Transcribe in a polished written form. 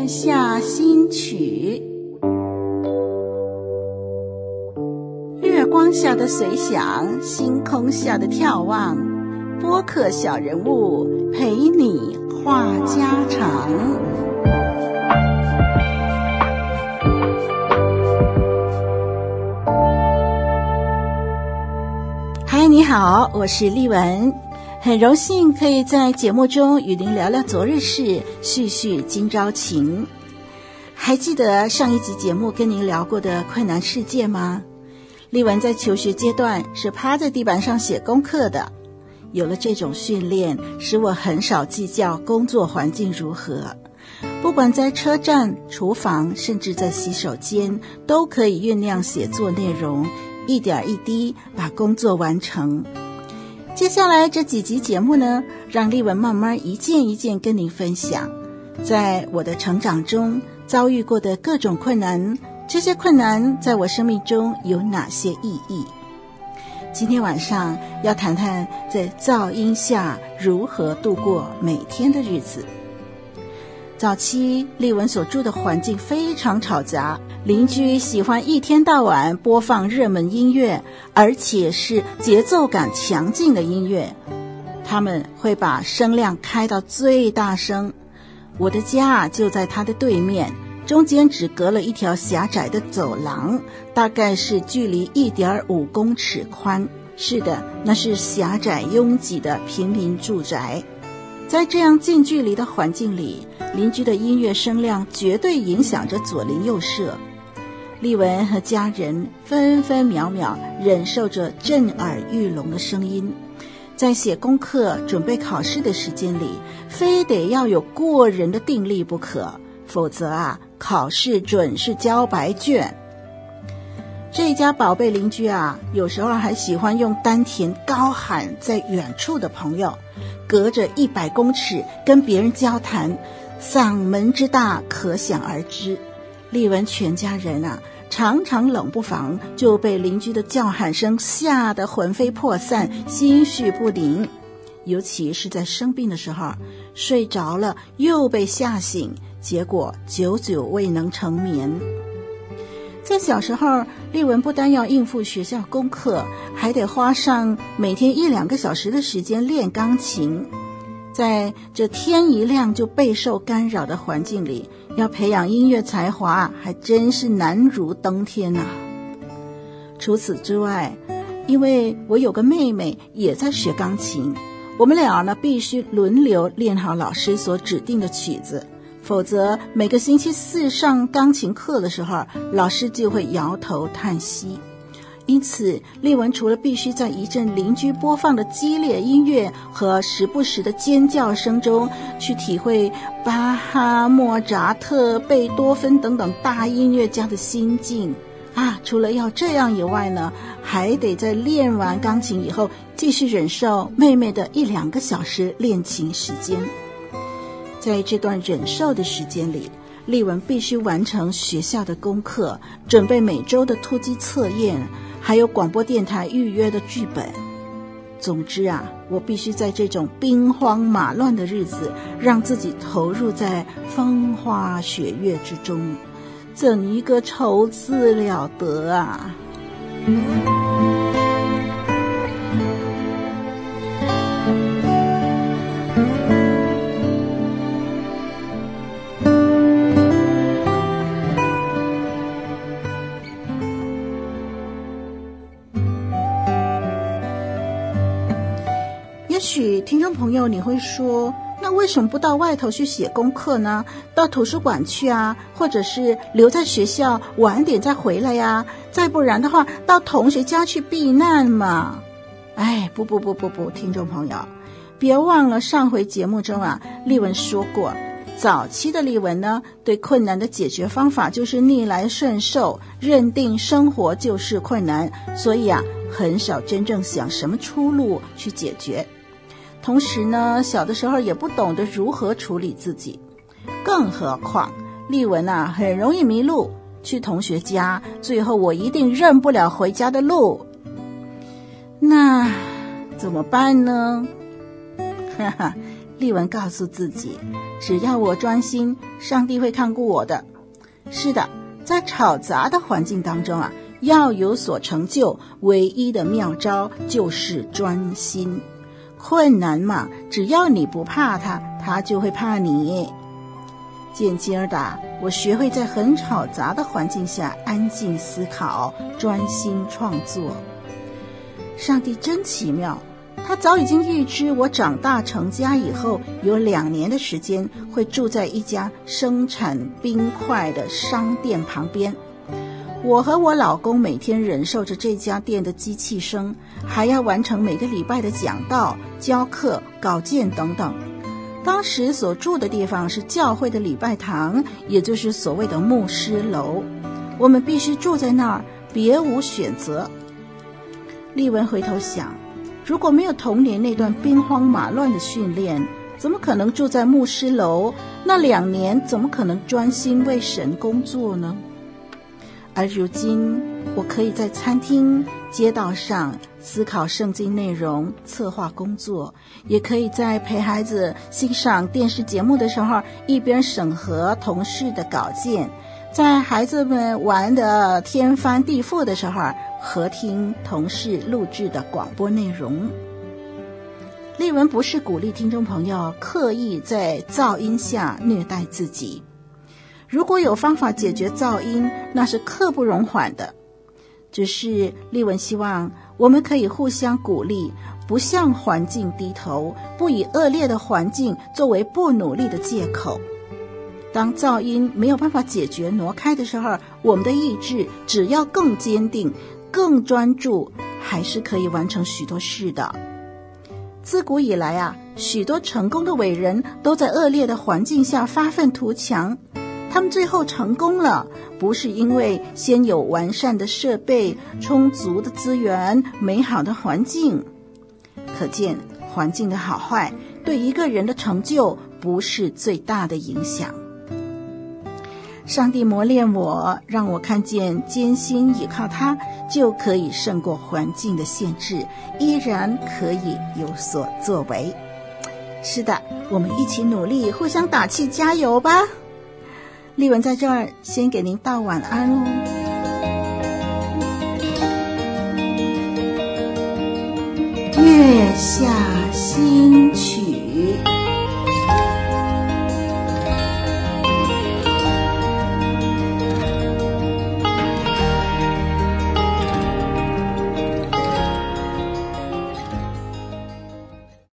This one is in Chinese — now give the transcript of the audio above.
天下新曲。月光下的随想，星空下的眺望，播客小人物陪你话家常。嗨，你好，我是丽文，很荣幸可以在节目中与您聊聊昨日事，叙叙今朝情。还记得上一集节目跟您聊过的困难事件吗？丽文在求学阶段是趴在地板上写功课的，有了这种训练，使我很少计较工作环境如何，不管在车站、厨房，甚至在洗手间，都可以酝酿写作内容，一点一滴把工作完成。接下来这几集节目呢，让丽文慢慢一件一件跟您分享，在我的成长中遭遇过的各种困难，这些困难在我生命中有哪些意义？今天晚上要谈谈在噪音下如何度过每天的日子。早期丽文所住的环境非常吵杂，邻居喜欢一天到晚播放热门音乐，而且是节奏感强劲的音乐，他们会把声量开到最大声。我的家就在他的对面，中间只隔了一条狭窄的走廊，大概是距离 1.5 公尺宽。是的，那是狭窄拥挤的平民住宅。在这样近距离的环境里，邻居的音乐声量绝对影响着左邻右舍。丽文和家人分分秒秒忍受着震耳欲聋的声音，在写功课准备考试的时间里，非得要有过人的定力不可，否则考试准是交白卷。这一家宝贝邻居有时候还喜欢用丹田高喊在远处的朋友，隔着100公尺跟别人交谈，嗓门之大可想而知。丽文全家人常常冷不防就被邻居的叫喊声吓得魂飞魄散，心绪不宁。尤其是在生病的时候，睡着了又被吓醒，结果久久未能成眠。在小时候，丽文不单要应付学校功课，还得花上每天1-2个小时的时间练钢琴。在这天一亮就备受干扰的环境里，要培养音乐才华还真是难如登天啊。除此之外，因为我有个妹妹也在学钢琴，我们俩必须轮流练好老师所指定的曲子，否则每个星期4上钢琴课的时候，老师就会摇头叹息。因此，丽文除了必须在一阵邻居播放的激烈音乐和时不时的尖叫声中去体会巴哈、莫扎特、贝多芬等等大音乐家的心境除了要这样以外呢，还得在练完钢琴以后继续忍受妹妹的1-2个小时练琴时间。在这段忍受的时间里，丽文必须完成学校的功课，准备每周的突击测验，还有广播电台预约的剧本。总之我必须在这种兵荒马乱的日子，让自己投入在风花雪月之中，怎一个愁字了得啊！也许听众朋友你会说，那为什么不到外头去写功课呢？到图书馆去或者是留在学校晚点再回来呀？再不然的话，到同学家去避难嘛。不，听众朋友，别忘了上回节目中丽文说过，早期的丽文呢，对困难的解决方法就是逆来顺受，认定生活就是困难，所以很少真正想什么出路去解决。同时呢，小的时候也不懂得如何处理自己，更何况丽文很容易迷路，去同学家，最后我一定认不了回家的路。那怎么办呢？ 丽文告诉自己，只要我专心，上帝会看顾我的。是的，在吵杂的环境当中要有所成就，唯一的妙招就是专心。困难嘛，只要你不怕它，它就会怕你。渐渐的，我学会在很吵杂的环境下安静思考，专心创作。上帝真奇妙，他早已经预知我长大成家以后，有2年的时间会住在一家生产冰块的商店旁边。我和我老公每天忍受着这家店的机器声，还要完成每个礼拜的讲道、教课、稿件等等。当时所住的地方是教会的礼拜堂，也就是所谓的牧师楼，我们必须住在那儿，别无选择。丽文回头想，如果没有童年那段兵荒马乱的训练，怎么可能住在牧师楼？那2年怎么可能专心为神工作呢？而如今，我可以在餐厅、街道上思考圣经内容、策划工作，也可以在陪孩子欣赏电视节目的时候，一边审核同事的稿件，在孩子们玩得天翻地覆的时候，合听同事录制的广播内容。丽文不是鼓励听众朋友刻意在噪音下虐待自己，如果有方法解决噪音，那是刻不容缓的。只是丽文希望我们可以互相鼓励，不向环境低头，不以恶劣的环境作为不努力的借口。当噪音没有办法解决挪开的时候，我们的意志只要更坚定、更专注，还是可以完成许多事的。自古以来许多成功的伟人都在恶劣的环境下发愤图强。他们最后成功了，不是因为先有完善的设备、充足的资源、美好的环境。可见环境的好坏对一个人的成就不是最大的影响。上帝磨练我，让我看见艰辛倚靠他就可以胜过环境的限制，依然可以有所作为。是的，我们一起努力，互相打气，加油吧。丽文在这儿先给您道晚安哦。月下